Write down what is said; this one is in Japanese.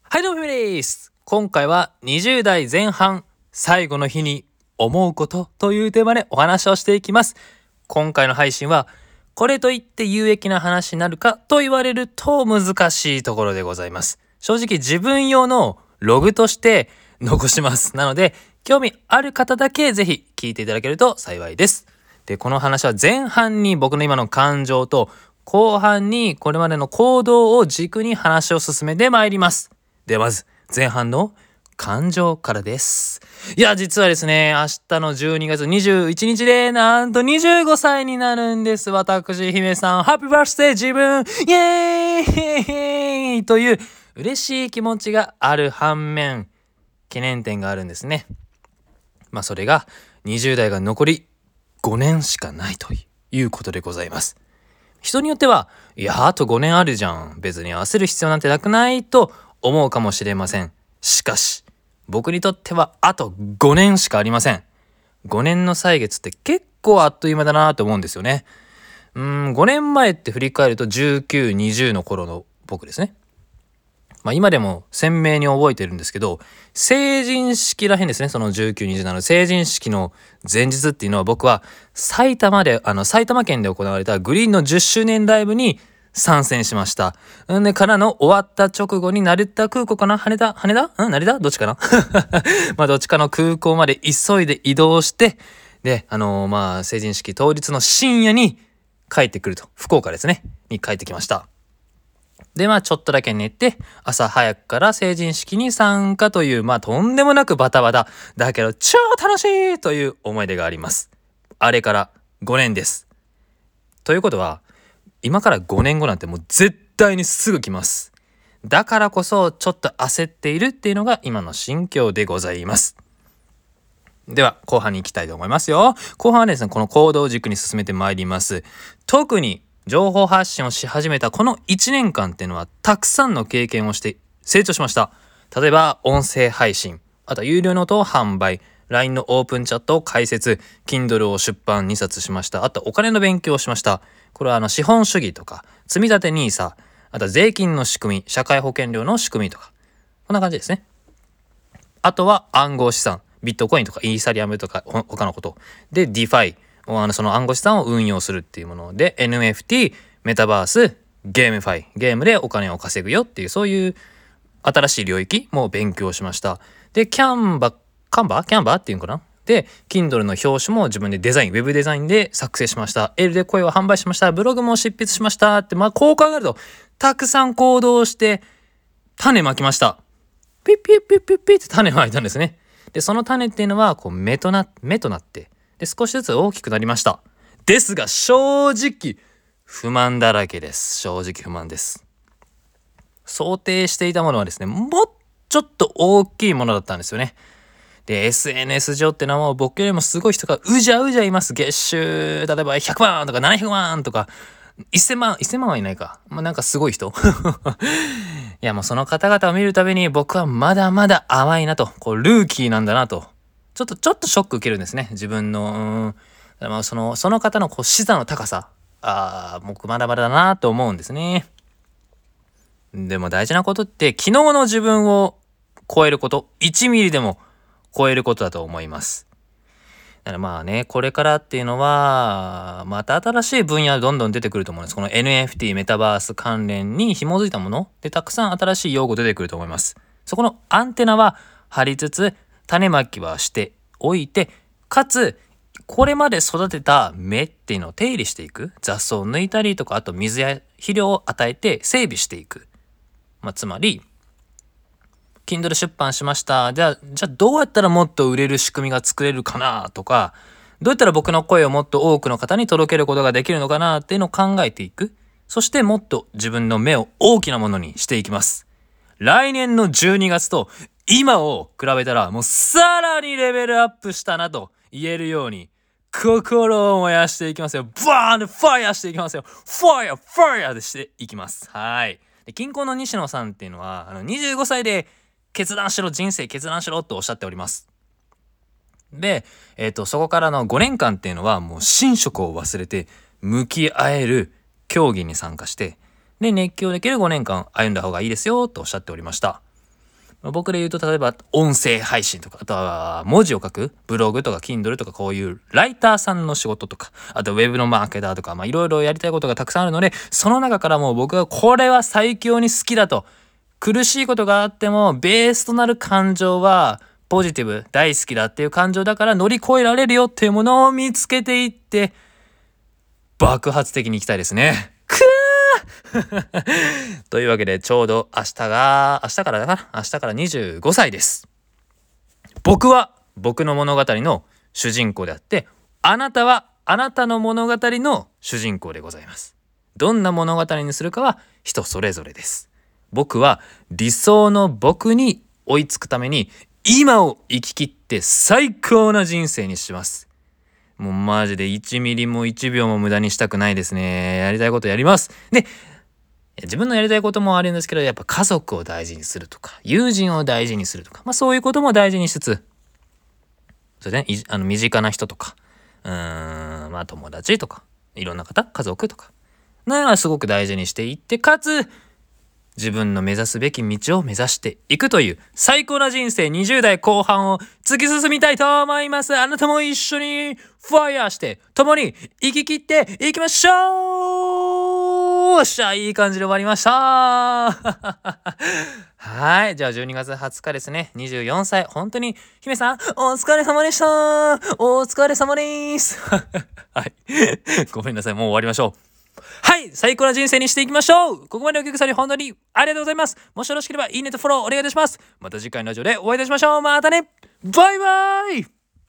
はいどうもひめです。今回は20代前半最後の日に思うことというテーマでお話をしていきます。今回の配信はこれといって有益な話になるかと言われると難しいところでございます。正直自分用のログとして残します。なので興味ある方だけぜひ聞いていただけると幸いです。で、この話は前半に僕の今の感情と後半にこれまでの行動を軸に話を進めてまいります。ではまず前半の感情からです。いや実はですね、明日の12月21日でなんと25歳になるんです。私姫さんハッピーバースデー自分イエーイという嬉しい気持ちがある反面懸念点があるんですね。それが20代が残り5年しかないということでございます。人によってはいやあと5年あるじゃん、別に焦る必要なんてなくないと思うかもしれません。しかし僕にとってはあと5年しかありません。5年の歳月って結構あっという間だなと思うんですよね。5年前って振り返ると19、20の頃の僕ですね。今でも鮮明に覚えてるんですけど、成人式らへんですね。その19、20の成人式の前日っていうのは僕は埼玉県で行われたグリーンの10周年ライブに参戦しました。でからの終わった直後に成田空港かな、成田成田どっちかなどっちかの空港まで急いで移動して、で成人式当日の深夜に帰ってくると、福岡ですねに帰ってきました。でちょっとだけ寝て朝早くから成人式に参加というとんでもなくバタバタだけど超楽しいという思い出があります。あれから5年です。ということは今から5年後なんてもう絶対にすぐ来ます。だからこそちょっと焦っているっていうのが今の心境でございます。では後半に行きたいと思いますよ。後半はですね、この行動軸に進めてまいります。特に情報発信をし始めたこの1年間っていうのはたくさんの経験をして成長しました。例えば音声配信、あとは有料ノートを販売、LINE のオープンチャットを開設、Kindle を出版2冊しました。あとお金の勉強をしました。これは資本主義とか積み立て NISA、あとは税金の仕組み、社会保険料の仕組みとか、こんな感じですね。あとは暗号資産、ビットコインとかイーサリアムとか他のことで DeFi、その暗号資産を運用するっていうもので NFT、メタバース、ゲームファイ、ゲームでお金を稼ぐよっていう、そういう新しい領域も勉強しました。でキャンバっていうのかな、で Kindle の表紙も自分でデザイン、ウェブデザインで作成しました。L で声を販売しました。ブログも執筆しましたって、こう考えるとたくさん行動して種まきました。ピッピッピッピッピッって種をまいたんですね。でその種っていうのは芽となってで少しずつ大きくなりました。ですが正直不満だらけです。正直不満です。想定していたものはですね、もうちょっと大きいものだったんですよね。で SNS 上ってのはもう僕よりもすごい人がうじゃうじゃいます。月収例えば100万とか700万とか1000万はいないか、なんかすごい人いやもうその方々を見るたびに僕はまだまだ甘いなと、ルーキーなんだなとちょっとショック受けるんですね。自分のその方の視座の高さ、僕まだまだだなと思うんですね。でも大事なことって昨日の自分を超えること、1ミリでも超えることだと思います。だからこれからっていうのはまた新しい分野どんどん出てくると思うんです。この NFT メタバース関連に紐づいたものでたくさん新しい用語出てくると思います。そこのアンテナは張りつつ種まきはしておいて、かつこれまで育てた芽っていうのを手入れしていく、雑草を抜いたりとか、あと水や肥料を与えて整備していく、つまりKindle 出版しました。じゃあどうやったらもっと売れる仕組みが作れるかなとか、どうやったら僕の声をもっと多くの方に届けることができるのかなっていうのを考えていく。そしてもっと自分の目を大きなものにしていきます。来年の12月と今を比べたらもうさらにレベルアップしたなと言えるように心を燃やしていきますよ。バーンでファイヤーしていきますよ。ファイヤーでしていきます。はい。で近郊の西野さんっていうのは25歳で人生決断しろとおっしゃっております。で、そこからの5年間っていうのはもう寝食を忘れて向き合える競技に参加して、で熱狂できる5年間歩んだ方がいいですよとおっしゃっておりました。 僕で言うと例えば音声配信とか、あとは文字を書くブログとか Kindle とか、こういうライターさんの仕事とか、あとウェブのマーケターとか、いろいろやりたいことがたくさんあるので、その中からもう僕はこれは最強に好きだと、苦しいことがあってもベースとなる感情はポジティブ、大好きだっていう感情だから乗り越えられるよっていうものを見つけていって爆発的にいきたいですね。というわけで、ちょうど明日から25歳です。僕は僕の物語の主人公であって、あなたはあなたの物語の主人公でございます。どんな物語にするかは人それぞれです。僕は理想の僕に追いつくために今を生き切って最高な人生にします。もうマジで1ミリも1秒も無駄にしたくないですね。やりたいことやります。で、自分のやりたいこともあるんですけど、やっぱ家族を大事にするとか、友人を大事にするとか、そういうことも大事にしつつ、それね、身近な人とか、友達とか、いろんな方、家族とか、すごく大事にしていって、かつ、自分の目指すべき道を目指していくという最高な人生20代後半を突き進みたいと思います。あなたも一緒にファイヤーして共に生き切っていきましょう。よっしゃ、いい感じで終わりました。はい、じゃあ12月20日ですね、24歳、本当に姫さんお疲れ様でした。お疲れ様です。はいごめんなさい、もう終わりましょう。はい、最高な人生にしていきましょう。ここまでお客さんに本当にありがとうございます。もしよろしければいいねとフォローお願いいたします。また次回のラジオでお会いいたしましょう。またね、バイバイ。